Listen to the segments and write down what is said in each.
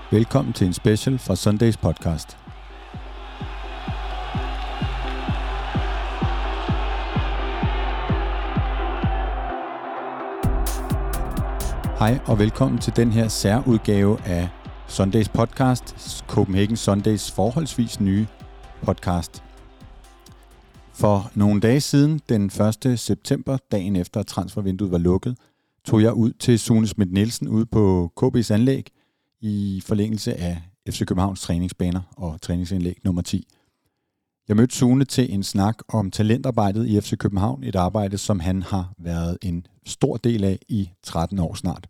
Velkommen til en special fra Sundays podcast. Hej og velkommen til den her særudgave af Sundays podcast, Copenhagen Sundays forholdsvis nye podcast. For nogle dage siden, den 1. september, dagen efter transfervinduet var lukket, tog jeg ud til Sune Schmidt Nielsen ude på KB's anlæg i forlængelse af FC Københavns træningsbaner og træningsanlæg nummer 10. Jeg mødte Sune til en snak om talentarbejdet i FC København, et arbejde, som han har været en stor del af i 13 år snart.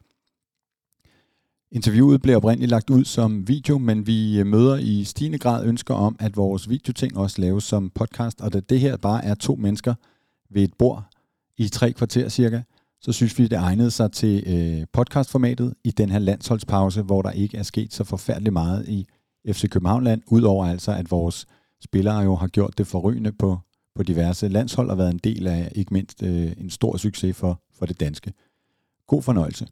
Interviewet blev oprindeligt lagt ud som video, men vi møder i stigende grad ønsker om, at vores videoting også laves som podcast, og da det her bare er 2 mennesker ved et bord i 3 kvarter cirka, så synes vi, det egnede sig til podcastformatet i den her landsholdspause, hvor der ikke er sket så forfærdeligt meget i FC Københavnland, udover altså, at vores spillere jo har gjort det forrygende på diverse landshold og været en del af ikke mindst en stor succes for det danske. God fornøjelse.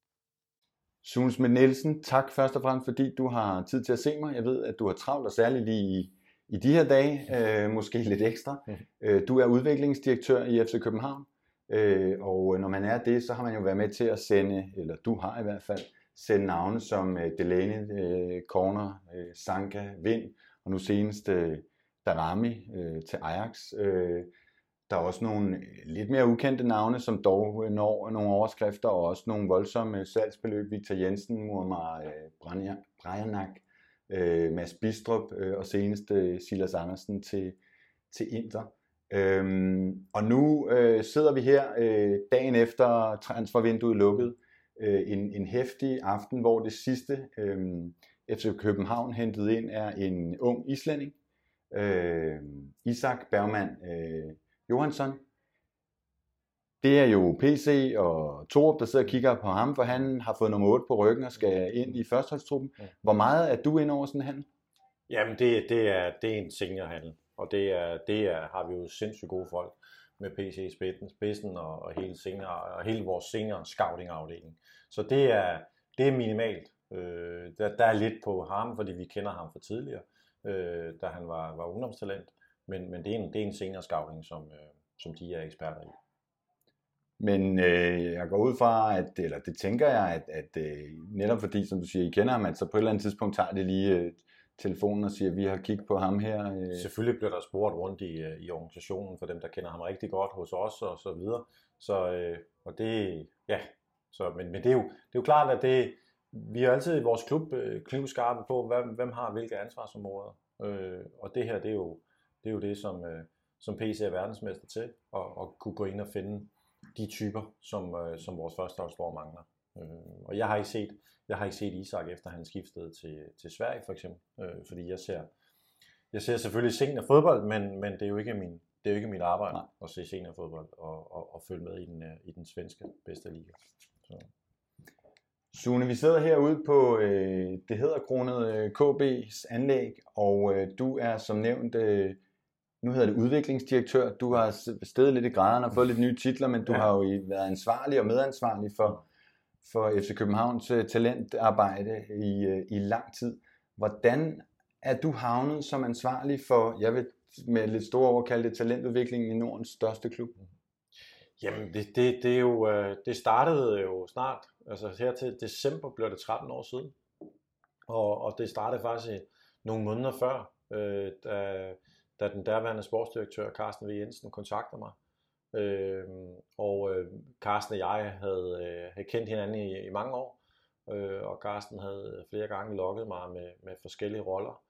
Sune Schmidt Nielsen, tak først og fremmest, fordi du har tid til at se mig. Jeg ved, at du har travlt, og særligt lige i de her dage, måske lidt ekstra. Du er udviklingsdirektør i FC København. Og når man er det, så har man jo været med til at sende, eller du har i hvert fald, sendt navne som Delaney, Corner, Sanka, Vind, og nu senest Darami til Ajax. Der er også nogle lidt mere ukendte navne, som dog når nogle overskrifter, og også nogle voldsomme salgsbeløb. Victor Jensen, Muammar Brajanak, Mads Bistrup og senest Silas Andersen til Inter. Og nu sidder vi her dagen efter transfervinduet lukket, en heftig aften, hvor det sidste FC København hentede ind er en ung islænding, Isak Bergman Johansson. Det er jo PC og Torup, der sidder og kigger på ham, for han har fået nummer 8 på ryggen og skal ind i førsteholdstruppen. Hvor meget er du inde over sådan en handel? Jamen det er en seniorhandel. Og det har vi jo sindssygt gode folk med PC i spidsen og hele vores senior scouting afdeling. Så det er minimalt. Der er lidt på ham, fordi vi kender ham for tidligere, da han var ungdomstalent. Men det er en senior scouting, som de er eksperter i. Men jeg går ud fra, eller det tænker jeg, at netop fordi, som du siger, I kender ham, at så på et eller andet tidspunkt tager det lige telefonen og siger, at vi har kigget på ham her. Selvfølgelig bliver der spurgt rundt i organisationen for dem, der kender ham rigtig godt hos os og så videre. Og det, ja. Men det er jo klart, at vi er altid i vores klub knivskarpe på, hvem har hvilke ansvarsområder. Og det her, det er jo det, som PC er verdensmester til, at kunne gå ind og finde de typer, som vores førsteholdsspor mangler. Og jeg har ikke set Isak efter han skiftede til Sverige for eksempel, fordi jeg ser selvfølgelig seniorfodbold, men det er jo ikke mit arbejde at se seniorfodbold og følge med i den svenske bedste liga. Så. Sune, vi sidder herude på det hæderkronede KB's anlæg, og du er som nævnt, nu hedder det udviklingsdirektør. Du har steget lidt i graderne og fået lidt nye titler, men du har jo været ansvarlig og medansvarlig for FC Københavns talentarbejde i lang tid. Hvordan er du havnet som ansvarlig for, jeg vil med lidt store ord kalde det, talentudviklingen i Nordens største klub? Jamen, det startede jo snart. Altså her til december blev det 13 år siden. Og det startede faktisk nogle måneder før, da den derværende sportsdirektør Carsten V. Jensen kontaktede mig. Carsten og jeg havde kendt hinanden i mange år, og Carsten havde flere gange lokket mig med forskellige roller,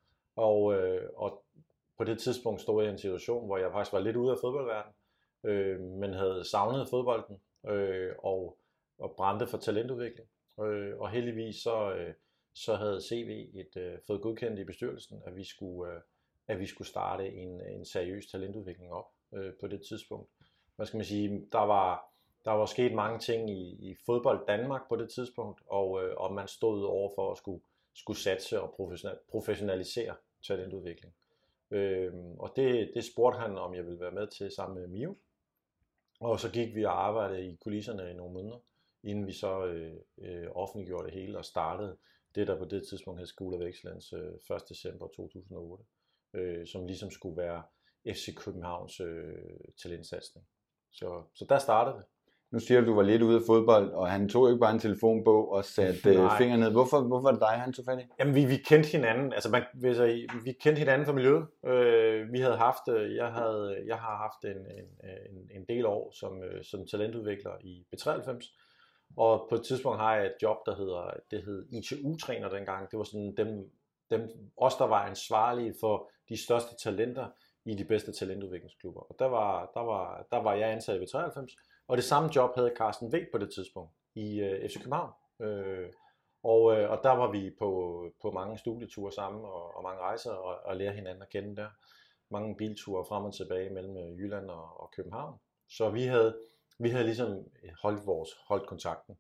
og på det tidspunkt stod jeg i en situation, hvor jeg faktisk var lidt ude af fodboldverdenen, men havde savnet fodbolden og brændte for talentudvikling, og heldigvis så havde CV fået godkendt i bestyrelsen, at vi skulle starte en seriøs talentudvikling op på det tidspunkt. Hvad skal man sige, der var sket mange ting i fodbold Danmark på det tidspunkt, og man stod over for at skulle satse og professionalisere talentudvikling. Og det spurgte han, om jeg ville være med til sammen med Mio. Og så gik vi og arbejdede i kulisserne i nogle måneder, inden vi så offentliggjorde det hele og startede det, der på det tidspunkt hed School of Excellence 1. december 2008, som ligesom skulle være FC Københavns talentsatsning. Så der startede det. Nu siger du var lidt ude af fodbold, og han tog ikke bare en telefonbog og satte fingre ned. Hvorfor var det dig, han tog fat i? Jamen, vi kendte hinanden. Altså, vi kendte hinanden fra miljøet. Jeg har haft en del år som talentudvikler i B93. Og på et tidspunkt har jeg et job, det hed ITU-træner dengang. Det var sådan os, der var ansvarlige for de største talenter i de bedste talentudviklingsklubber. Og der var jeg ansat i B93. Og det samme job havde Carsten V på det tidspunkt i FC København. Og der var vi på mange studieture sammen og mange rejser og lære hinanden at kende der. Mange bilture frem og tilbage mellem Jylland og København. Så vi havde ligesom holdt kontakten.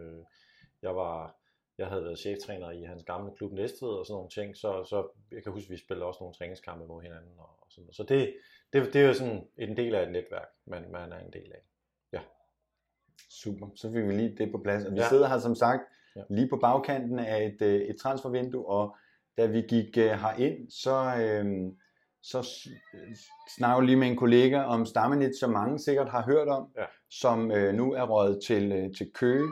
Jeg havde været cheftræner i hans gamle klub Næstved og sådan nogle ting, så jeg kan huske, at vi spillede også nogle træningskampe mod hinanden. Og sådan. Så det er jo sådan en del af et netværk, man er en del af. Ja. Super, så fik vi lige det på plads. Og vi sidder her som sagt lige på bagkanten af et transfervindue, og da vi gik herind, så snakker jeg lige med en kollega om Stammenit, som mange sikkert har hørt om, som nu er røget til Køge.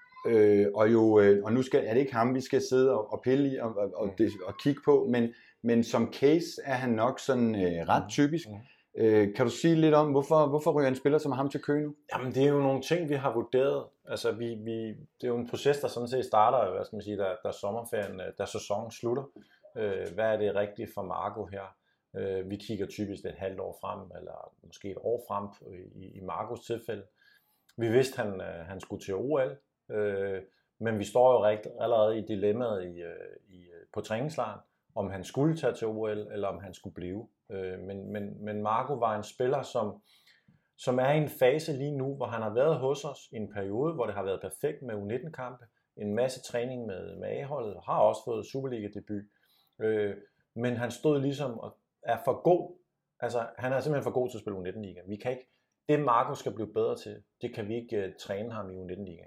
Og nu er det ikke ham, vi skal sidde og pille i og kigge på, men som case er han nok sådan ret typisk. Kan du sige lidt om, hvorfor ryger en spiller som ham til Køge nu? Jamen, det er jo nogle ting, vi har vurderet. Altså, det er jo en proces, der sådan set starter, hvad skal man sige, da sommerferien, da sæsonen slutter. Hvad er det rigtige for Marco her? Vi kigger typisk et halvt år frem, eller måske et år frem i Marcos tilfælde. Vi vidste, han skulle til OL, men vi står jo allerede i dilemmaet på træningslejren, om han skulle tage til OL, eller om han skulle blive. Men Marco var en spiller, som er i en fase lige nu, hvor han har været hos os i en periode, hvor det har været perfekt med U19-kampe, en masse træning med A-holdet, og har også fået Superliga-debut. Men han stod ligesom og er for god. Altså, han er simpelthen for god til at spille U19-liga. Vi kan ikke, det Marco skal blive bedre til, det kan vi ikke træne ham i U19-liga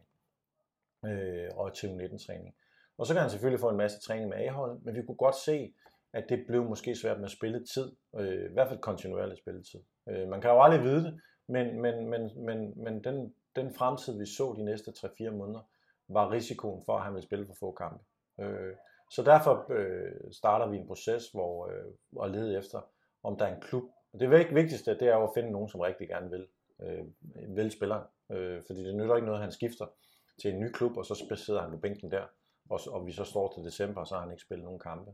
og til U19-træning. Og så kan han selvfølgelig få en masse træning med A-holdet, men vi kunne godt se, at det blev måske svært med spilletid, i hvert fald kontinuerlig spilletid. Man kan jo aldrig vide det, men den fremtid, vi så de næste 3-4 måneder, var risikoen for, at han ville spille for få kampe. Så derfor starter vi en proces, hvor lede efter, om der er en klub. Det vigtigste, det er jo at finde nogen, som rigtig gerne vil spilleren. Fordi det nytter ikke noget, at han skifter til en ny klub, og så sidder han på bænken der, og vi så står til december, og så har han ikke spillet nogen kampe.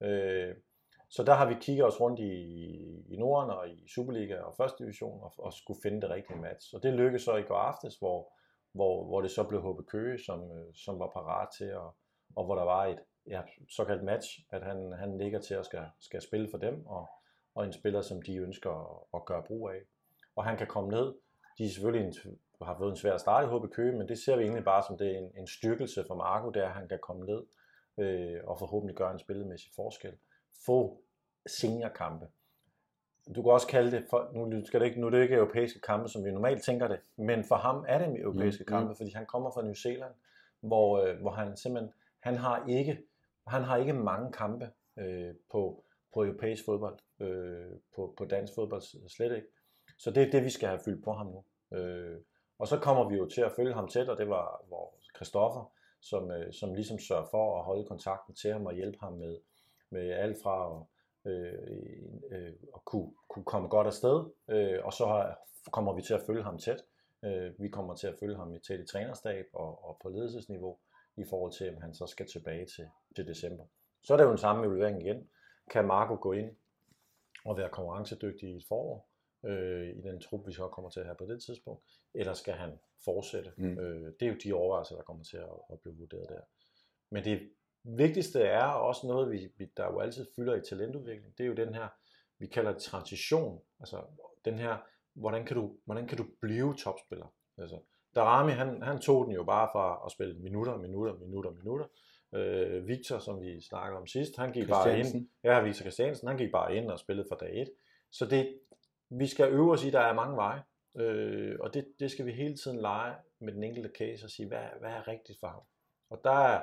Så der har vi kigget os rundt i Norden og i Superliga og første division og skulle finde det rigtige match. Og det lykkedes så i går aftes, hvor det så blev HB Køge, som var parat til, og hvor der var et såkaldt match, at han ligger til at skal spille for dem, og en spiller, som de ønsker at gøre brug af. Og han kan komme ned. De selvfølgelig har fået en svær start i HB Køge, men det ser vi egentlig bare som det er en styrkelse for Marco, der han kan komme ned og forhåbentlig gøre en spillemæssig forskel. Få seniorkampe. Du kan også kalde det, nu er det ikke europæiske kampe, som vi normalt tænker det, men for ham er det europæiske kampe, fordi han kommer fra New Zealand, hvor han simpelthen, han har ikke mange kampe på europæisk fodbold, på dansk fodbold slet ikke. Så det er det, vi skal have fyldt på ham nu. Og så kommer vi jo til at følge ham tæt, og det var Christoffer, som ligesom sørger for at holde kontakten til ham og hjælpe ham med alt fra at kunne komme godt afsted, og så kommer vi til at følge ham tæt. Vi kommer til at følge ham tæt i trænerstab og på ledelsesniveau i forhold til, om han så skal tilbage til december. Så er det jo den samme evaluering igen. Kan Marco gå ind og være konkurrencedygtig i et forår i den trup, vi så kommer til at have på det tidspunkt, eller skal han fortsætte? Det er jo de overvejelser, der kommer til at blive vurderet der. Men det vigtigste er også noget, der jo altid fylder i talentudvikling. Det er jo den her, vi kalder det transition. Altså den her, hvordan kan du blive topspiller? Altså, Darami, han tog den jo bare fra at spille minutter. Victor, som vi snakkede om sidst, han gik bare ind. Ja, Victor Christiansen, han gik bare ind og spillede fra dag 1. Så vi skal øve os i, der er mange veje. Og det skal vi hele tiden lege med den enkelte case og sige, hvad er rigtigt for ham? Og der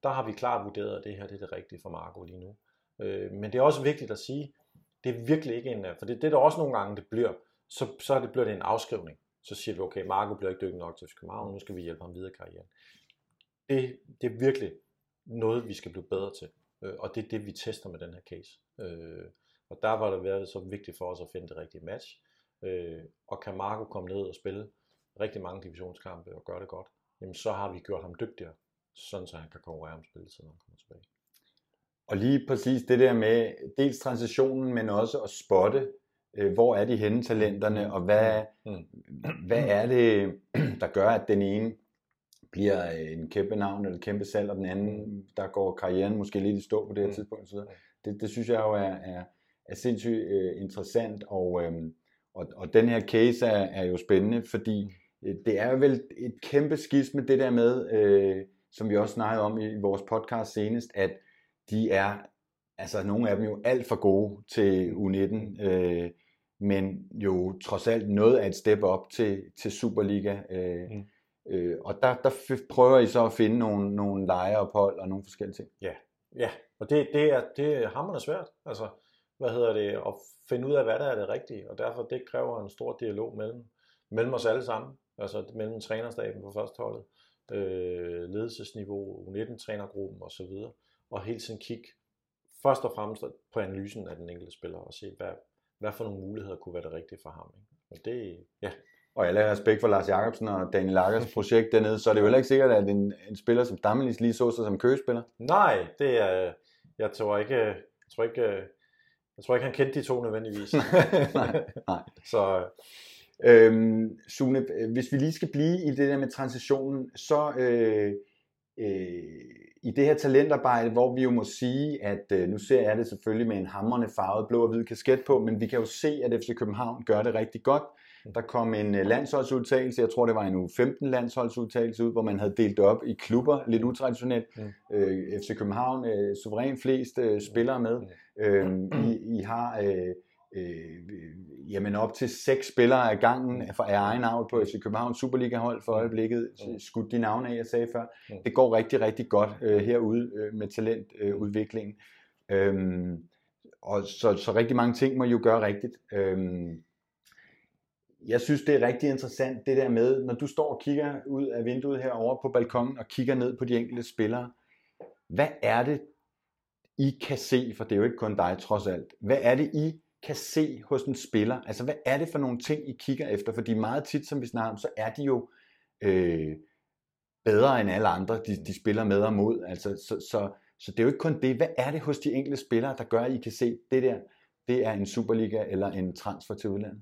der har vi klart vurderet, at det her det er det rigtige for Marco lige nu. Men det er også vigtigt at sige, det er virkelig ikke en, for det er der også nogle gange, det bliver, så bliver det en afskrivning. Så siger vi, okay, Marco bliver ikke dygtig nok til FC København, nu skal vi hjælpe ham videre i karrieren. Det er virkelig noget, vi skal blive bedre til, og det er det, vi tester med den her case. Og der var det været så vigtigt for os at finde det rigtige match, og kan Marco komme ned og spille rigtig mange divisionskampe og gøre det godt, jamen så har vi gjort ham dygtigere, sådan så han kan konkurrere om spilletid, når han kommer tilbage. Og lige præcis det der med dels transitionen, men også at spotte, hvor er de henne talenterne, og hvad er det, der gør, at den ene bliver en kæmpe navn eller kæmpe salg, og den anden, der går karrieren måske lidt i stå på det her tidspunkt. Så det synes jeg jo er sindssygt interessant, og den her case er jo spændende, fordi det er vel et kæmpe skisme det der med, som vi også snakkede om i vores podcast senest, at de er, altså nogle af dem jo alt for gode til U19, men jo trods alt noget af et step op til Superliga. Og der prøver I så at finde nogle lejeophold og nogle forskellige ting. Ja, og det er hamrende svært. Altså, at finde ud af, hvad der er det rigtige, og derfor det kræver en stor dialog mellem os alle sammen, altså mellem trænerstaben på førsteholdet, ledelsesniveau, U19-trænergruppen osv., og hele tiden kigge først og fremmest på analysen af den enkelte spiller, og se, hvad for nogle muligheder kunne være det rigtige for ham. Ikke? Og det, ja. Og alle respekt for Lars Jacobsen og Daniel Laggers projekt dernede, så er det jo heller ikke sikkert, at en spiller som Dammelis lige så sig som Køge-spiller. Nej, det er, jeg tror ikke, han kendte de to nødvendigvis. nej. Så Sune, hvis vi lige skal blive i det der med transitionen, så i det her talentarbejde, hvor vi jo må sige, at nu ser jeg det selvfølgelig med en hamrende farvet blå og hvid kasket på, men vi kan jo se, at FC København gør det rigtig godt. Der kom en landsholdsudtagelse, jeg tror det var en uge 15 landsholdsudtagelse ud, hvor man havde delt op i klubber, lidt utraditionelt. FC København, suverænt flest spillere med. I har jamen op til 6 spillere af gangen fra egen avl på FC København Superliga-hold for øjeblikket, skudt de navne af, jeg sagde før. Det går rigtig, rigtig godt herude med talentudviklingen. Og så rigtig mange ting må I jo gøre rigtigt. Jeg synes, det er rigtig interessant det der med, når du står og kigger ud af vinduet herovre på balkonen og kigger ned på de enkelte spillere. Hvad er det, I kan se, for det er jo ikke kun dig trods alt. Hvad er det, I kan se hos en spiller? Altså, hvad er det for nogle ting, I kigger efter? Fordi meget tit, som vi snakker om, så er de jo bedre end alle andre. De spiller med og mod. Altså, så det er jo ikke kun det. Hvad er det hos de enkelte spillere, der gør, at I kan se, det der, det er en Superliga eller en transfer til udlandet?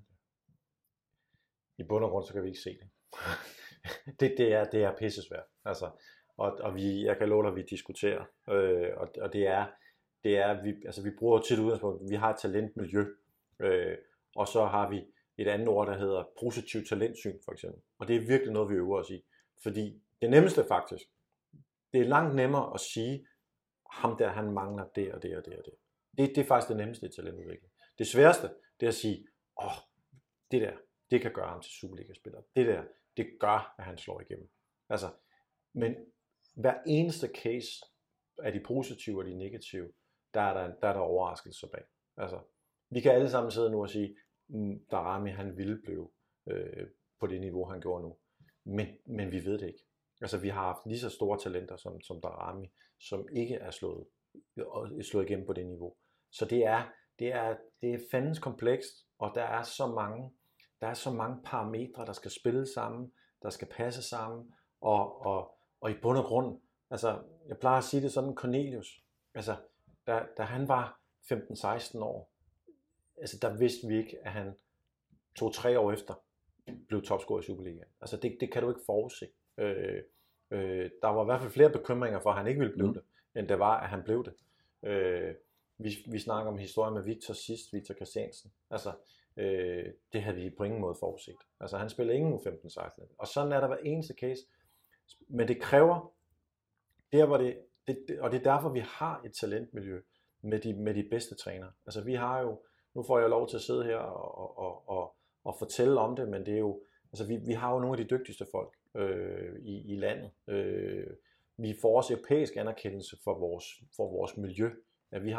I bund og grund, så kan vi ikke se det. det er pissesvært. Altså, og jeg kan love dig, at vi diskuterer. Og det er vi bruger tit udgangspunkt. Vi har et talentmiljø, og så har vi et andet ord, der hedder positiv talentsyn, for eksempel. Og det er virkelig noget, vi øver os i. Fordi det nemmeste faktisk, det er langt nemmere at sige, ham der, han mangler det og det og det og det. Det er faktisk det nemmeste i talentudvikling. Det sværeste, det er at sige, det der, det kan gøre ham til Superliga-spiller. Det der, det gør, at han slår igennem. Altså, men hver eneste case af de positive og de negative, der er der overraskelser bag. Altså, vi kan alle sammen sidde nu og sige, Daramy, han ville blive på det niveau, han gjorde nu. Men vi ved det ikke. Altså, vi har haft lige så store talenter som Daramy, som ikke er slået igennem på det niveau. Så det er fandens komplekst, og der er så mange parametre, der skal spille sammen, der skal passe sammen, og i bund og grund, altså, jeg plejer at sige det sådan, Cornelius, altså, da han var 15-16 år, altså, der vidste vi ikke, at han 2-3 år efter blev topscorer i Superligaen. Altså, det kan du ikke forudse. Der var i hvert fald flere bekymringer for, at han ikke ville blive det, end det var, at han blev det. Vi snakker om historien med Victor Christiansen. Altså, det havde vi på ingen måde forudset. Altså, han spiller ingen 15-16. Og sådan er der hver eneste case. Men det kræver, og det er derfor, vi har et talentmiljø med de bedste trænere. Altså, vi har jo, nu får jeg lov til at sidde her og fortælle om det, men det er jo, altså, vi har jo nogle af de dygtigste folk i landet. vi får også europæisk anerkendelse for vores miljø. Ja, vi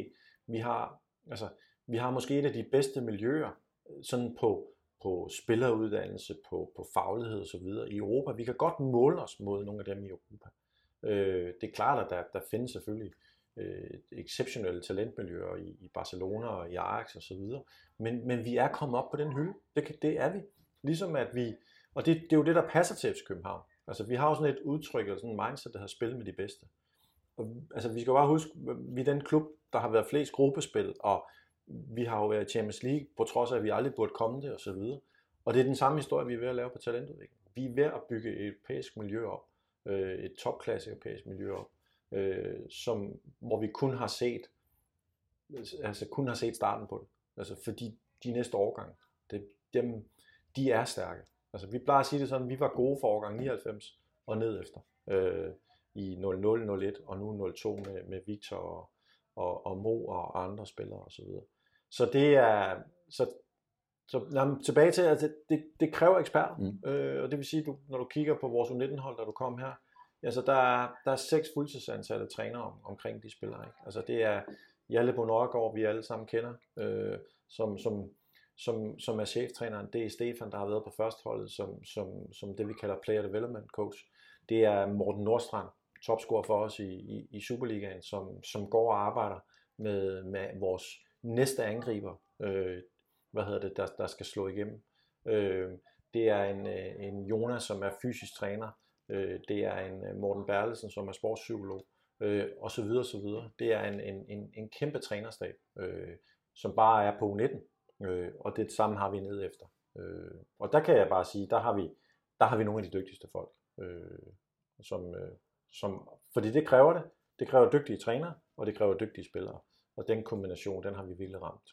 har måske et af de bedste miljøer sådan på spilleruddannelse, på faglighed og så videre i Europa. Vi kan godt måle os mod nogle af dem i Europa. Det er klart, at der findes selvfølgelig exceptionelle talentmiljøer i Barcelona og i Ajax og så videre, men vi er kommet op på den hylde. Det er vi. Ligesom at vi, og det er jo det, der passer til FC København. Altså vi har jo sådan et udtryk eller sådan en mindset, der har spillet med de bedste. Og, altså vi skal bare huske, vi er den klub, der har været flest gruppespil, og vi har jo været i Champions League, på trods af, at vi aldrig burde komme det og så videre. Og det er den samme historie, vi er ved at lave på talentudvikling. Vi er ved at bygge et europæisk miljø op, et topklasse europæisk miljø op, hvor vi kun har set starten på det. Altså fordi de næste årgange, de er stærke. Altså vi plejer at sige det sådan, vi var gode for årgang 99 og ned efter. I 00, 01 og nu 02 med Victor og Mo og andre spillere osv. Så det er tilbage til, at det kræver eksperter. Og det vil sige, når du kigger på vores U19-hold, da du kom her, altså der er 6 fuldtidsansatte trænere omkring de spillere. Ikke? Altså det er Jalle Bonørgaard, vi alle sammen kender, som er cheftræneren. Det er Stefan, der har været på førsteholdet som det vi kalder player development coach. Det er Morten Nordstrand, topscorer for os i Superligaen, som går og arbejder med vores næste angriber, der skal slå igennem. Det er en Jonas, som er fysisk træner. Det er en Morten Berlesen, som er sportspsykolog, og så videre, så videre. Det er en kæmpe trænerstab, som bare er på U19, og det samme har vi ned efter. Og der kan jeg bare sige, der har vi nogle af de dygtigste folk, fordi det kræver det. Det kræver dygtige trænere, og det kræver dygtige spillere. Og den kombination, den har vi virkelig ramt.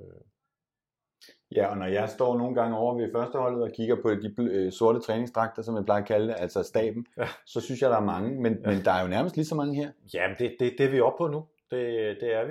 Ja, og når jeg står nogle gange over ved førsteholdet og kigger på de sorte træningsdragter, som jeg plejer at kalde det, altså staben, så synes jeg, der er mange, men der er jo nærmest lige så mange her. Jamen, det er vi oppe på nu. Det er vi.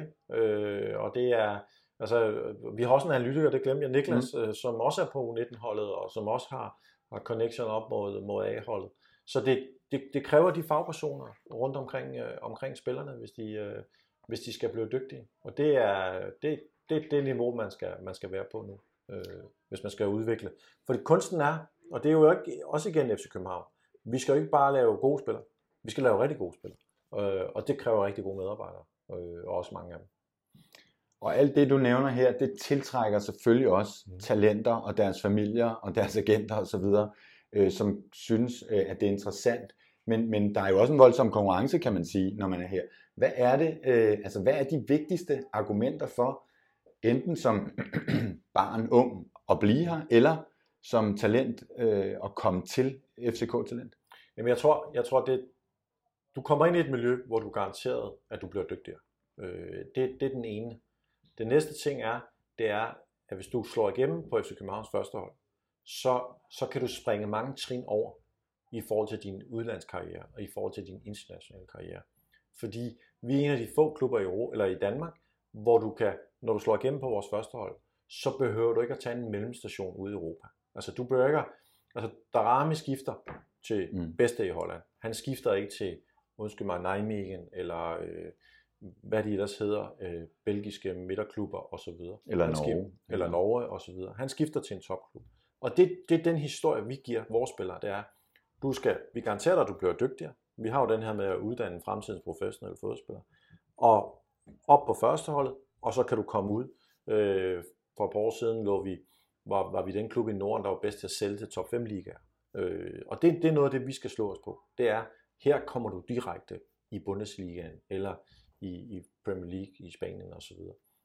Og det er, altså, vi har også en analytiker, det glemte jeg, Niklas, som også er på U19-holdet, og som også har connection op mod A-holdet. Så det kræver de fagpersoner rundt omkring spillerne, hvis de skal blive dygtige. Og det er det niveau, man skal være på nu, hvis man skal udvikle. For kunsten er, og det er jo ikke, også igen FC København, vi skal jo ikke bare lave gode spillere, vi skal lave rigtig gode spillere. Og det kræver rigtig gode medarbejdere, og også mange af dem. Og alt det, du nævner her, det tiltrækker selvfølgelig også talenter og deres familier og deres agenter osv., som synes, at det er interessant. Men der er jo også en voldsom konkurrence, kan man sige, når man er her. Hvad er det, hvad er de vigtigste argumenter for, enten som barn, ung at blive her, eller som talent at komme til FCK-talent? Jamen jeg tror du kommer ind i et miljø, hvor du er garanteret, at du bliver dygtigere. Det er den ene. Den næste ting det er, at hvis du slår igennem på FC Københavns førstehold, så kan du springe mange trin over i forhold til din udlandskarriere og i forhold til din internationale karriere. Fordi vi er en af de få klubber i Danmark, hvor du kan, når du slår igennem på vores førstehold, så behøver du ikke at tage en mellemstation ude i Europa. Altså du behøver ikke, Darami skifter til bedste i Holland. Han skifter ikke til, Nijmegen eller hvad de ellers hedder, belgiske midterklubber osv. Eller Norge osv. Han skifter til en topklub. Og det er den historie, vi giver vores spillere, det er, vi garanterer dig, at du bliver dygtigere. Vi har jo den her med at uddanne fremtidens professionelle fodboldspillere. Og op på førsteholdet, og så kan du komme ud. For et par år siden var vi den klub i Norden, der var bedst til at sælge til top 5 ligaer. Og det er noget af det, vi skal slå os på. Det er, her kommer du direkte i Bundesligaen, eller i Premier League i Spanien osv.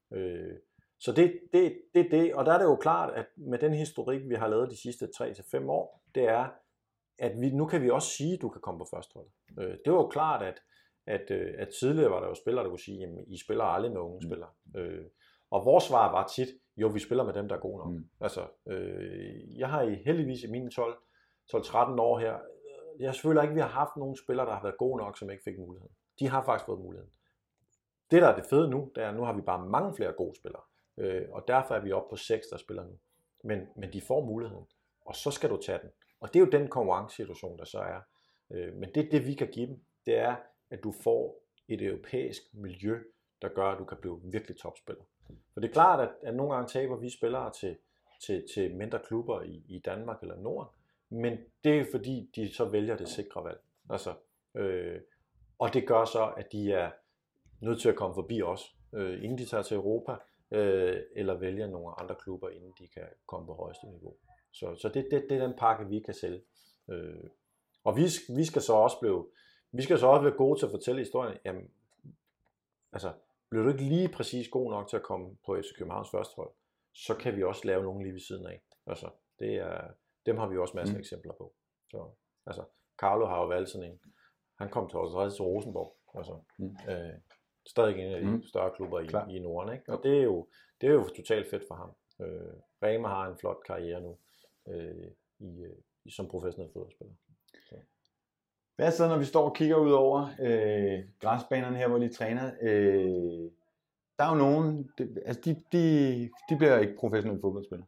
Så det er det, og der er det jo klart, at med den historik, vi har lavet de sidste 3-5 år, det er, at nu kan vi også sige, at du kan komme på førsteholdet. Det var jo klart, at tidligere var der jo spillere, der kunne sige, at I spiller aldrig med unge spillere. Og vores svar var tit, jo, vi spiller med dem, der er gode nok. Altså, jeg har heldigvis i mine 12-13 år her, jeg føler ikke, at vi har haft nogle spillere, der har været gode nok, som ikke fik muligheden. De har faktisk fået muligheden. Det, der er det fede nu, det er, at nu har vi bare mange flere gode spillere. Og derfor er vi oppe på 6, der spiller nu. Men de får muligheden, og så skal du tage den. Og det er jo den konkurrencesituation, der så er. Men det er det, vi kan give dem. det er, at du får et europæisk miljø, der gør, at du kan blive virkelig topspiller. For det er klart, at nogle gange taber vi spillere til mindre klubber i Danmark eller Norden, men det er fordi, de så vælger det sikre valg. Altså, og det gør så, at de er nødt til at komme forbi os, inden de tager til Europa, eller vælger nogle andre klubber, inden de kan komme på højeste niveau. Så det er den pakke, vi kan sælge. Og vi skal så også være gode til at fortælle historien. Jamen, altså, bliver du ikke lige præcis god nok til at komme på FC Københavns første hold, så kan vi også lave nogen lige ved siden af. Altså, dem har vi også masser af eksempler på. Så, altså, Carlo har jo valgt sådan en. Han kom til Rosenborg. Altså, stadig en af de større klubber i Norden, ikke? Og det er jo totalt fedt for ham. Rema har en flot karriere nu som professionel fodboldspiller. Så. Hvad så, når vi står og kigger ud over græsbanerne her, hvor de træner? Der er jo nogen, de bliver ikke professionelle fodboldspillere.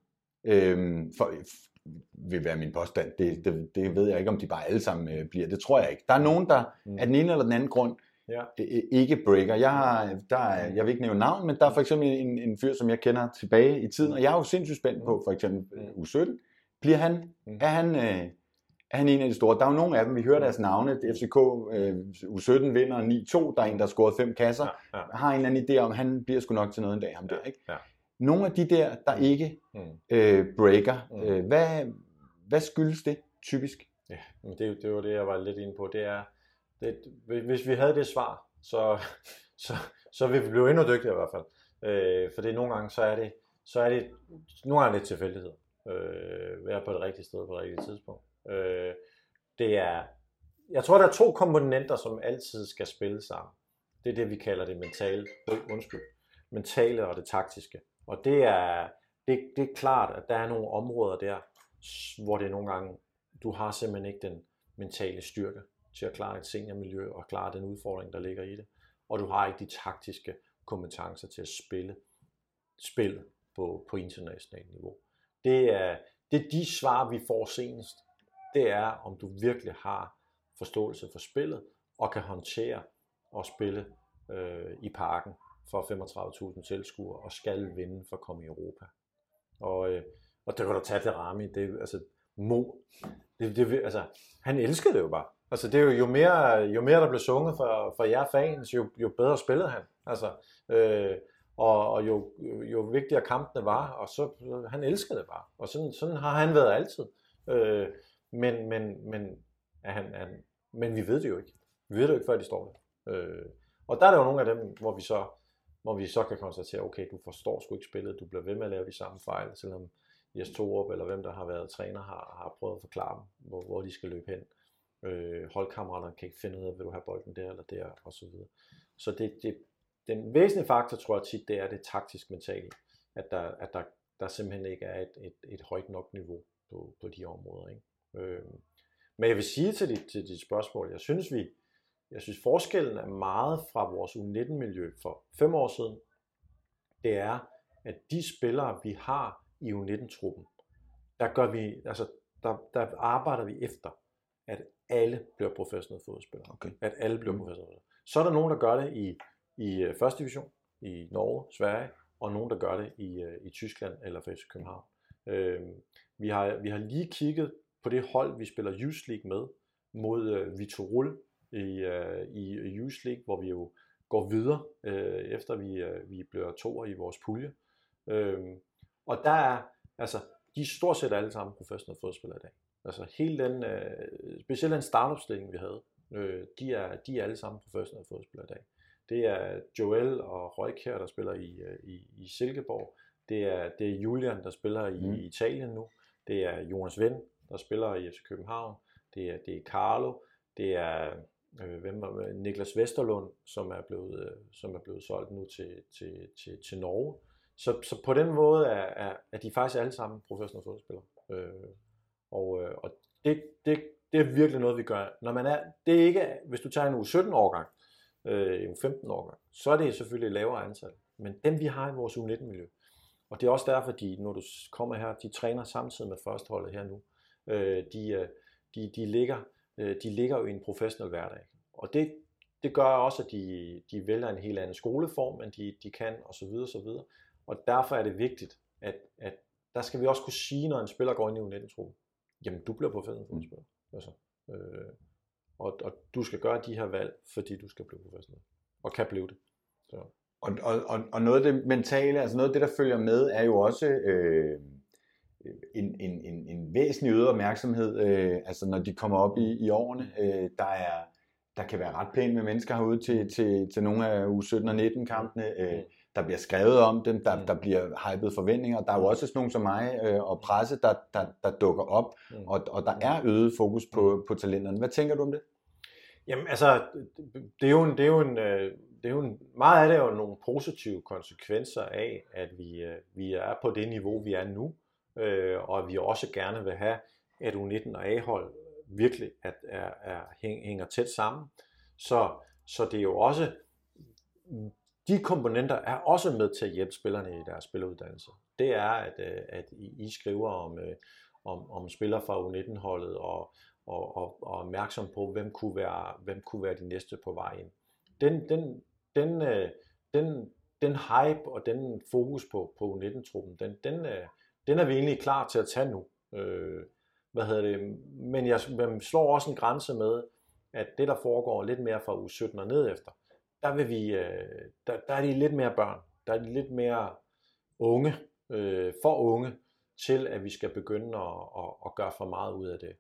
Vil være min påstand. Det ved jeg ikke, om de bare alle sammen bliver. Det tror jeg ikke. Der er nogen, der af den ene eller den anden grund ikke breaker. Jeg vil ikke nævne navn, men der er for eksempel en fyr, som jeg kender tilbage i tiden, og jeg er jo sindssygt spændt på, for eksempel U17. Er han en af de store? Der er jo nogle af dem, vi hører deres navne. FCK U17 vinder 9-2, der er en, der har scoret 5 kasser. Har en eller anden idé om, han bliver sgu nok til noget en dag, ham der, ikke? Ja. Nogle af de der ikke breaker, hvad skyldes det typisk? Ja, men det var det, jeg var lidt inde på. Hvis vi havde det svar, så ville vi blive endnu dygtigere i hvert fald. For det nogle gange, så er det nogle gange lidt tilfældighed. Være på det rigtige sted på det rigtige tidspunkt. Jeg tror, der er 2 komponenter, som altid skal spille sammen. Det er det, vi kalder det mentale og det taktiske. Og det er klart, at der er nogle områder der, hvor det nogle gange, du har simpelthen ikke den mentale styrke til at klare et seniormiljø og klare den udfordring, der ligger i det. Og du har ikke de taktiske kompetencer til at spille spillet på internationalt niveau. Det er de svar, vi får senest. Det er, om du virkelig har forståelse for spillet og kan håndtere og spille i parken for 35.000 tilskuere og skal vinde for at komme i Europa. Og det kan du tage til Rami. Han elskede det jo bare. Altså, det er jo mere der blev sunget for jer fans, jo bedre spillede han. Altså, og jo vigtigere kampene var, og så han elskede det bare. Og sådan har han været altid. Men vi ved det jo ikke. Vi ved det jo ikke, før de står der. Og der er der jo nogle af dem, hvor vi så kan konstatere, okay, du forstår sgu ikke spillet, du bliver ved med at lave de samme fejl, selvom Jes Torup eller hvem der har været træner har prøvet at forklare dem, hvor de skal løbe hen. Holdkammeraterne kan ikke finde ud af, vil du have bolden der eller der, og så videre. Så den væsentlige faktor, tror jeg tit, det er det taktisk mentale, at der simpelthen ikke er et højt nok niveau på de områder, ikke? Men jeg vil sige til dit spørgsmål, jeg synes forskellen er meget fra vores U19-miljø for 5 år siden. Det er, at de spillere, vi har i U19-truppen, der arbejder vi efter, at alle bliver professionelle fodboldspillere. Okay. At alle bliver professionelle. Så er der nogen, der gør det i første division, i Norge, Sverige, og nogen, der gør det i Tyskland eller FC København. Vi har lige kigget på det hold, vi spiller Youth League med, mod Vitorul i Youth League, hvor vi jo går videre, efter vi bliver 2'er i vores pulje. Og der er, altså, de er stort set alle sammen professionelle fodboldspillere i dag. Altså hele den, specielt den startopstilling, vi havde, de er alle sammen professionelle fodboldspillere i dag. Det er Joel og Røjkjær, der spiller i Silkeborg. Det er Julian, der spiller i Italien nu. Det er Jonas Vind, der spiller i FC København. Det er Carlo. Det er Niklas Vesterlund, som er blevet solgt nu til Norge. Så på den måde er de faktisk alle sammen professionelle fodboldspillere. Og det er virkelig noget, vi gør. Det er ikke, hvis du tager en U17-årgang, en 15-årgang, så er det selvfølgelig lavere antal. Men dem vi har i vores U19-miljø, og det er også derfor, når du kommer her, de træner samtidig med førsteholdet her nu. De ligger jo i en professionel hverdag. Og det gør også, at de vælger en helt anden skoleform, end de kan, osv. osv. Og derfor er det vigtigt, at der skal vi også kunne sige, når en spiller går ind i U19-truppen, jamen du bliver professionel fodboldspiller. Altså, og du skal gøre de her valg, fordi du skal blive professionel. Og kan blive det. Så. Og noget af det mentale, altså noget af det, der følger med, er jo også en væsentlig øget opmærksomhed, altså når de kommer op i årene. Der kan være ret pænt med mennesker herude til nogle af U17 og 19 kampene. Der bliver skrevet om dem, der bliver hypet forventninger. Der er jo også sådan nogle som mig og presse, der dukker op, og der er øget fokus på talenterne. Hvad tænker du om det? Jamen altså, det er jo meget af det er jo nogle positive konsekvenser af, at vi er på det niveau, vi er nu, og at vi også gerne vil have, at U19 og A-hold virkelig hænger tæt sammen. Så det er jo også, de komponenter er også med til at hjælpe spillerne i deres spilleruddannelse. Det er, at I skriver om spillere fra U19-holdet og opmærksom på, hvem kunne være de næste på vej ind. Den hype og den fokus på U19-truppen, den er vi egentlig klar til at tage nu. Men jeg slår også en grænse med, at det der foregår lidt mere fra U17 og ned efter, der er de lidt mere børn, der er de lidt mere unge, for unge, til at vi skal begynde at gøre for meget ud af det.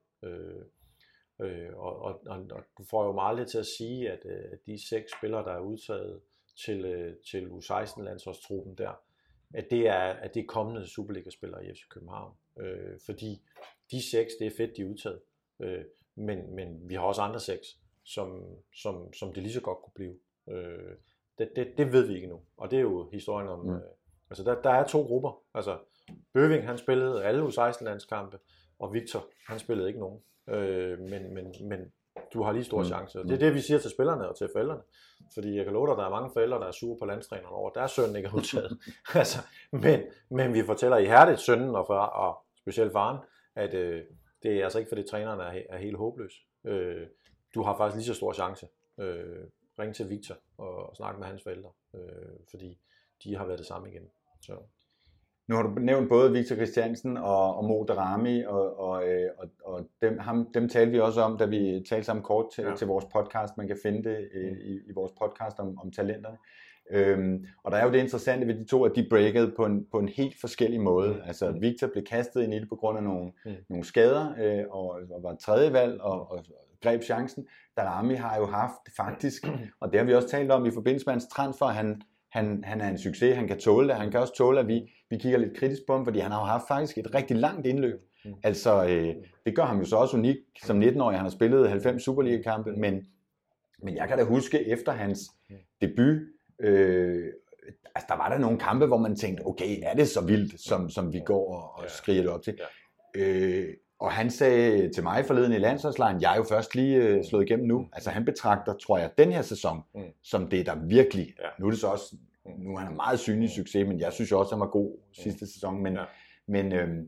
Og du får jo meget lidt til at sige, at de 6 spillere, der er udtaget til U16-landsholdstruppen der, at det er kommende Superliga-spillere i FC København. Fordi de 6, det er fedt, de er udtaget. Men vi har også andre 6, som det lige så godt kunne blive. Det ved vi ikke nu. Og det er jo historien om... Altså der er 2 grupper. Altså Bøving, han spillede alle U16-landskampe, og Victor, han spillede ikke nogen. Men du har lige store chancer. Det er det, vi siger til spillerne og til forældrene. Fordi jeg kan love dig, der er mange forældre, der er sure på landstræneren over, at deres søn ikke er udtaget. Altså, men vi fortæller ihærdigt sønnen og specielt faren, at det er altså ikke, fordi træneren er helt håbløs. Du har faktisk lige så stor chance. Ring til Victor og snak med hans forældre, fordi de har været det samme igen. Så. Nu har du nævnt både Victor Christiansen og Mo Daramy, og dem talte vi også om, da vi talte sammen kort til vores podcast. Man kan finde det i vores podcast om talenterne. Og der er jo det interessante ved de to, at de breakede på en helt forskellig måde. Altså Victor blev kastet ind i det på grund af nogle skader, og var tredje valg og greb chancen. Daramy har jo haft faktisk, og det har vi også talt om i forbindelse med hans transfer, han er en succes, han kan tåle det. Han kan også tåle, at vi kigger lidt kritisk på ham, fordi han har jo haft faktisk et rigtig langt indløb. Altså, det gør ham jo så også unik som 19-årig. Han har spillet 90 Superliga-kampe, men jeg kan da huske, efter hans debut, altså der var der nogle kampe, hvor man tænkte, okay, er det så vildt, som vi går og skriger det op til? Og han sagde til mig forleden i landsholdslejren, jeg er jo først lige slået igennem nu. Altså han betragter, tror jeg, den her sæson som det, der virkelig... Nu er det så også... Nu er han en meget synlig succes, men jeg synes jo også, han var god sidste sæson. Men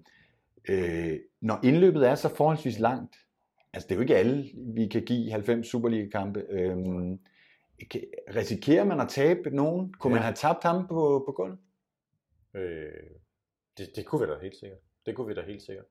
når indløbet er så forholdsvis langt, altså det er jo ikke alle, vi kan give 90 Superliga-kampe. Risikerer man at tabe nogen? Kunne man have tabt ham på gulvet? Det kunne vi da helt sikkert. Det kunne vi da helt sikkert.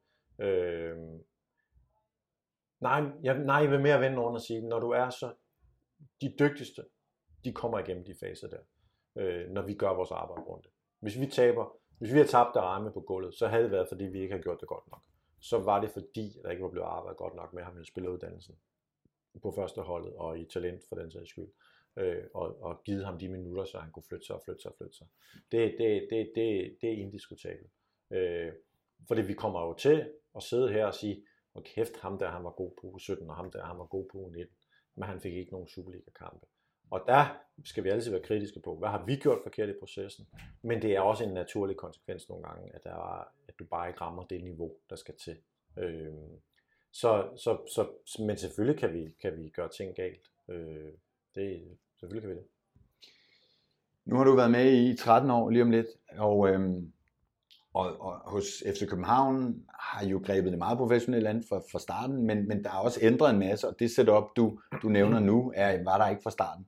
Nej, jeg vil mere vende nogen og sige, når du er så de dygtigste, de kommer igennem de faser der, når vi gør vores arbejde rundt. Hvis vi har tabt Daramy på gulvet, så havde det været, fordi vi ikke har gjort det godt nok. Så var det fordi, der ikke var blevet arbejdet godt nok med ham i spilleruddannelsen på første holdet og i talent for den sags skyld. Og givet ham de minutter, så han kunne flytte sig. Det er indiskutabelt. Fordi vi kommer jo til at sidde her og sige, og kæft, ham der han var god på 17, og ham der han var god på 19, men han fik ikke nogen Superliga-kampe. Og der skal vi altid være kritiske på, hvad har vi gjort forkert i processen, men det er også en naturlig konsekvens nogle gange, at du bare ikke rammer det niveau, der skal til. Men selvfølgelig kan vi gøre ting galt. Selvfølgelig kan vi det. Nu har du været med i 13 år lige om lidt, og Og hos FC København har jo grebet det meget professionelt an fra starten, men der er også ændret en masse, og det setup, du nævner nu, var der ikke fra starten.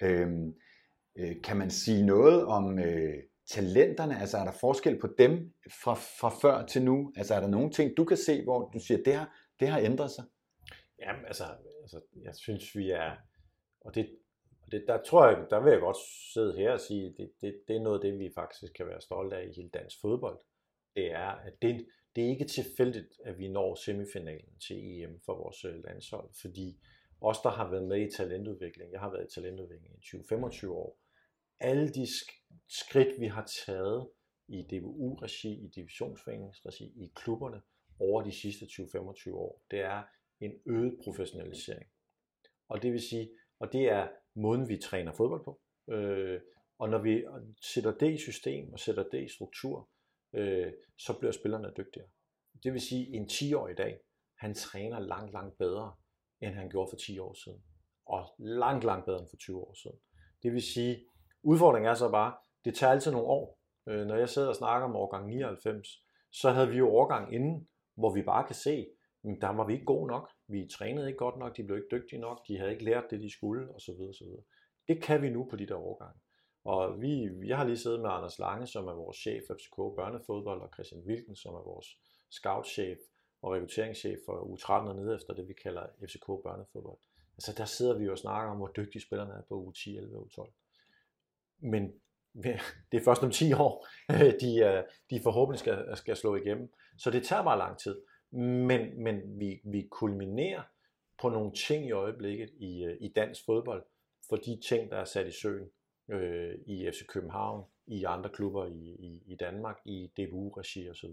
Kan man sige noget om talenterne? Altså er der forskel på dem fra før til nu? Altså er der nogle ting, du kan se, hvor du siger, det har ændret sig? Jamen altså jeg synes, vi er, og det, der tror jeg, der vil jeg godt sidde her og sige, det er noget af det, vi faktisk kan være stolte af i hele dansk fodbold. Det er, at det er ikke tilfældigt, at vi når semifinalen til EM for vores landshold, fordi os, der har været med i talentudvikling, jeg har været i talentudvikling i 20-25 år, alle de skridt, vi har taget i DBU-regi, i divisionsforeningsregi, i klubberne over de sidste 20-25 år, det er en øget professionalisering. Og det vil sige, og det er måden, vi træner fodbold på. Og når vi sætter det i system og sætter det i struktur, så bliver spillerne dygtigere. Det vil sige, at en 10-årig i dag, han træner langt bedre, end han gjorde for 10 år siden. Og langt bedre end for 20 år siden. Det vil sige, udfordringen er så bare, det tager altid nogle år. Når jeg sidder og snakker om årgang 99, så havde vi jo årgang inden, hvor vi bare kan se, men der var vi ikke gode nok. Vi trænede ikke godt nok, de blev ikke dygtige nok, de havde ikke lært det, de skulle, osv. Det kan vi nu på de der årgange. Og jeg har lige siddet med Anders Lange, som er vores chef for FCK børnefodbold, og Christian Wilken, som er vores scoutchef og rekrutteringschef for U13 og nede efter det, vi kalder FCK børnefodbold. Altså der sidder vi jo og snakker om, hvor dygtige spillerne er på U10, 11 og U12. Men det er først om 10 år, de forhåbentlig skal slå igennem. Så det tager bare lang tid. Men vi kulminerer på nogle ting i øjeblikket i dansk fodbold, for de ting, der er sat i søen i FC København, i andre klubber i Danmark, i DBU-regi osv.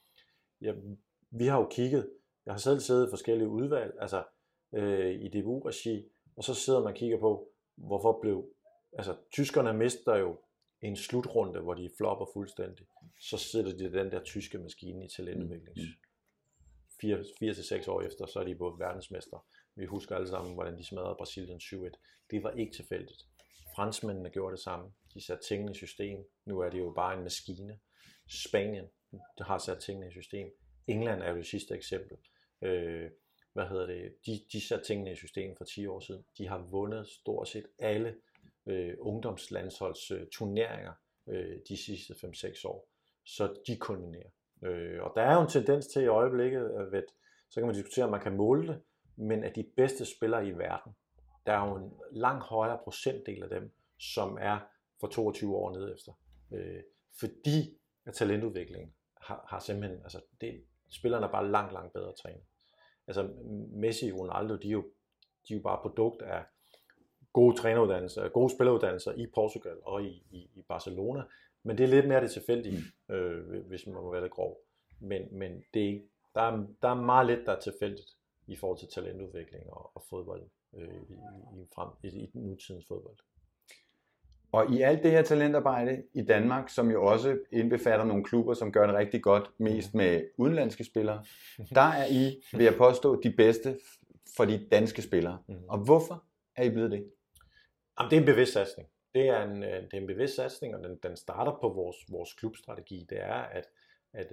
Vi har jo kigget, jeg har selv siddet i forskellige udvalg, altså i DBU-regi, og så sidder man og kigger på, tyskerne mister jo en slutrunde, hvor de flopper fuldstændig. Så sætter de den der tyske maskine i talentudvikling. 4-6 år efter, så er de både verdensmester. Vi husker alle sammen, hvordan de smadrede Brasilien 7-1. Det var ikke tilfældigt. Franskmændene gjorde det samme. De satte tingene i system. Nu er det jo bare en maskine. Spanien har sat tingene i system. England er jo det sidste eksempel. De satte tingene i system for 10 år siden. De har vundet stort set alle ungdomslandsholds turneringer de sidste 5-6 år. Så de kulminerer. Og der er jo en tendens til i øjeblikket, så kan man diskutere, om man kan måle det, men at de bedste spillere i verden, der er jo en langt højere procentdel af dem, som er for 22 år nede efter. Fordi at talentudviklingen har simpelthen, spillerne er bare langt bedre trænet. Altså Messi og Ronaldo, de er jo bare produkt af gode træneruddannelser, gode spilleruddannelser i Portugal og i Barcelona, men det er lidt mere det tilfældige, hvis man må være lidt grov. Men det er ikke, der er meget lidt, der er tilfældigt i forhold til talentudvikling og fodbold i nutidens fodbold. Og i alt det her talentarbejde i Danmark, som jo også indbefatter nogle klubber, som gør det rigtig godt, mest med udenlandske spillere, der er I, vil jeg påstå, de bedste for de danske spillere. Og hvorfor er I blevet det? Jamen, det er en bevidst satsning. Det er en bevidst satsning, og den starter på vores klubstrategi. Det er, at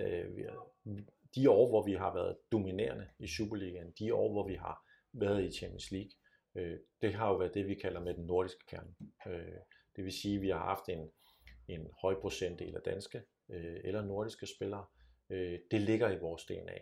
de år, hvor vi har været dominerende i Superligaen, de år, hvor vi har været i Champions League, det har jo været det, vi kalder med den nordiske kerne. Det vil sige, at vi har haft en høj procentdel af danske eller nordiske spillere. Det ligger i vores DNA.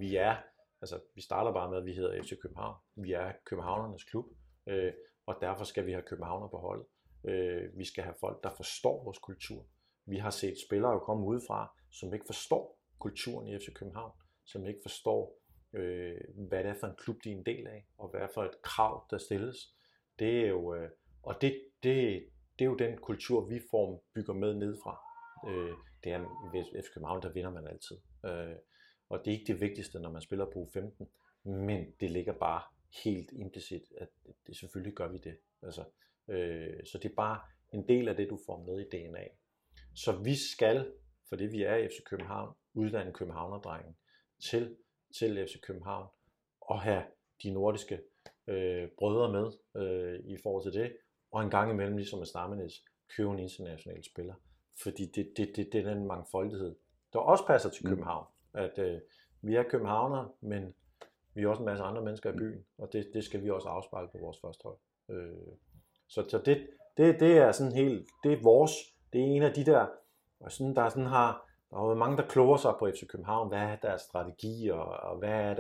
Vi starter bare med, at vi hedder FC København. Vi er københavnernes klub, og derfor skal vi have københavner på holdet. Vi skal have folk, der forstår vores kultur. Vi har set spillere komme udefra, som ikke forstår kulturen i FC København, som ikke forstår, hvad det er for en klub, de er en del af, og hvad er for et krav, der stilles. Det er jo, det er jo den kultur, vi bygger med nedefra. Det er ved FC København, der vinder man altid. Og det er ikke det vigtigste, når man spiller på U15, men det ligger bare helt implicit, at det selvfølgelig gør vi det. Så det er bare en del af det, du får med i DNA. Så vi skal, fordi vi er i FC København, uddanne københavnerdrengen til FC København og have de nordiske brødre med i forhold til det, og en gang imellem, ligesom med Stammenes, købe en international spiller. Fordi det er den mangfoldighed, der også passer til København. At vi er københavnere, men vi er også en masse andre mennesker i byen, og det skal vi også afspejle på vores første hold. Så det er sådan helt, det er vores, det er en af de der, og sådan, der er mange, der kloger sig på FC København, hvad er deres strategi, og hvad er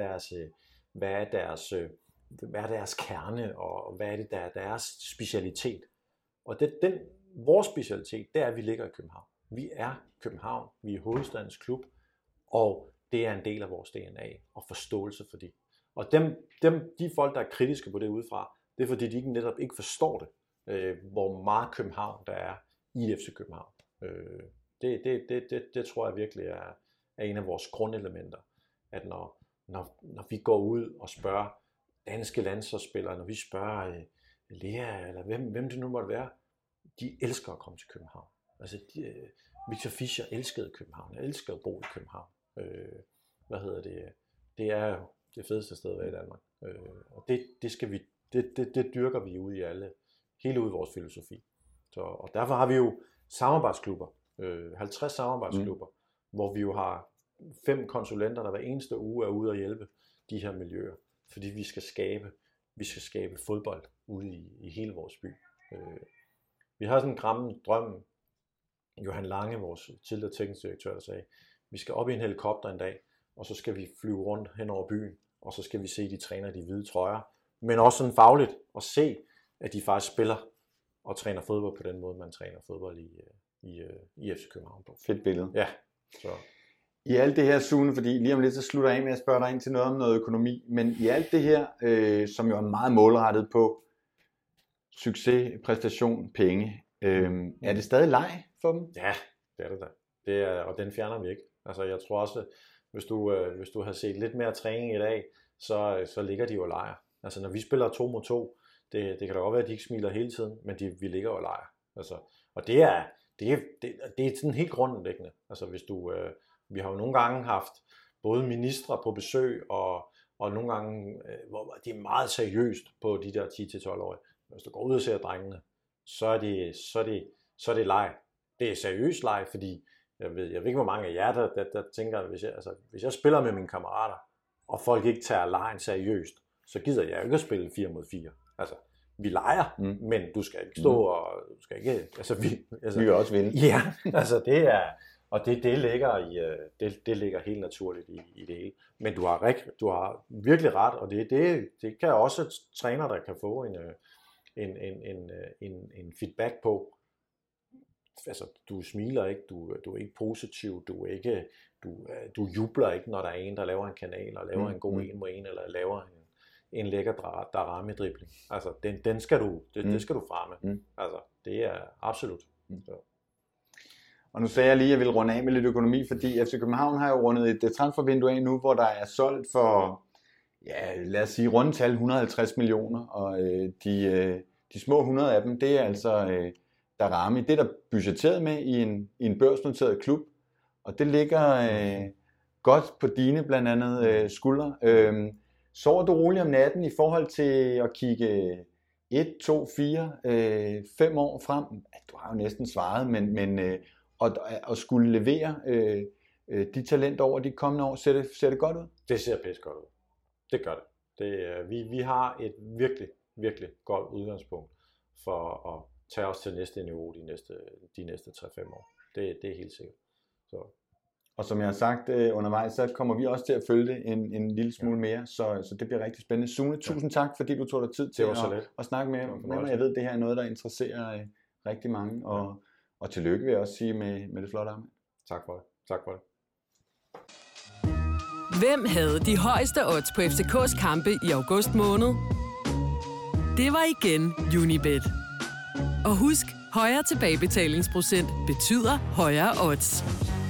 deres kerne, og hvad er det, der er deres specialitet. Og vores specialitet, det er, at vi ligger i København. Vi er København, vi er hovedstadens klub, og det er en del af vores DNA, og forståelse for det. Og de folk, der er kritiske på det udefra, det er fordi, de netop ikke forstår det, hvor meget København der er i FC København. Det tror jeg virkelig er en af vores grundelementer, at når vi går ud og spørger danske landsholdsspillere, når vi spørger Lea, eller hvem det nu måtte være, de elsker at komme til København. Altså, Victor Fischer elskede København, jeg elsker at bo i København. Det er jo det fedeste sted at være i Danmark. Og det dyrker vi ud i hele ud i vores filosofi. Og derfor har vi jo samarbejdsklubber, 50 samarbejdsklubber, hvor vi jo har 5 konsulenter, der hver eneste uge er ude og hjælpe de her miljøer, fordi vi skal skabe fodbold ude i hele vores by. Vi har sådan en gammel drøm, Johan Lange, vores tidligere teknisk direktør, der sagde, vi skal op i en helikopter en dag, og så skal vi flyve rundt hen over byen, og så skal vi se, de træner de hvide trøjer, men også sådan fagligt, og se, at de faktisk spiller og træner fodbold på den måde, man træner fodbold i FC København på. Fedt billede. Ja. Så. I alt det her, Sune, fordi lige om lidt så slutter jeg af med at spørge dig ind til noget om noget økonomi, men i alt det her, som jo er meget målrettet på succes, præstation, penge, er det stadig leg for dem? Ja, det er det da. Og den fjerner vi ikke. Altså jeg tror også, hvis du har set lidt mere træning i dag, så ligger de jo og leger. Altså når vi spiller 2 mod 2, det kan da godt være, at de ikke smiler hele tiden, men vi ligger og leger. Altså, og det er sådan helt grundlæggende. Altså vi har jo nogle gange haft både ministre på besøg, og nogle gange, hvor det er meget seriøst på de der 10-12-årige. Hvis du går ud og ser drengene, så er det leg. Det er seriøs leg, fordi jeg ved ikke, hvor mange af jer, der tænker, hvis jeg spiller med mine kammerater, og folk ikke tager legen seriøst, så gider jeg ikke at spille 4 mod 4. Altså, vi leger, men du skal ikke stå og... Du skal ikke, vi vil også vinde. Ja, altså det er... Og det ligger helt naturligt i det hele. Men du har virkelig ret, og det kan også træner, der kan få en feedback på. Altså, du smiler ikke, du er ikke positiv, du jubler ikke, når der er en, der laver en kanal, og laver en god 1 mod 1, eller laver en lækker Darami-dribling. Altså, den skal du fremme. Altså, det er absolut. Så. Og nu sagde jeg lige, at jeg ville runde af med lidt økonomi, fordi FC København har jo rundet et transfervindue af nu, hvor der er solgt for, lad os sige, rundetal 150 millioner, og de små 100 af dem, det er altså Darami. Det er der budgetteret med i en børsnoteret klub, og det ligger godt på dine blandt andet skuldre. Sover du roligt om natten i forhold til at kigge 1, 2, 4, 5 år frem? Du har jo næsten svaret, men og skulle levere de talenter over de kommende år, ser det godt ud? Det ser pisse godt ud. Det gør det. Vi har et virkelig, virkelig godt udgangspunkt for at tage os til næste niveau de næste 3-5 år. Det er helt sikkert. Så. Og som jeg har sagt undervejs, så kommer vi også til at følge det en lille smule mere, så det bliver rigtig spændende. Sune, tusind tak, fordi du tog dig tid til at snakke med mig. Jeg ved, det her er noget, der interesserer rigtig mange, og tillykke vil jeg også sige med det flotte arm. Tak for det. Hvem havde de højeste odds på FCK's kampe i august måned? Det var igen Unibet. Og husk, højere tilbagebetalingsprocent betyder højere odds.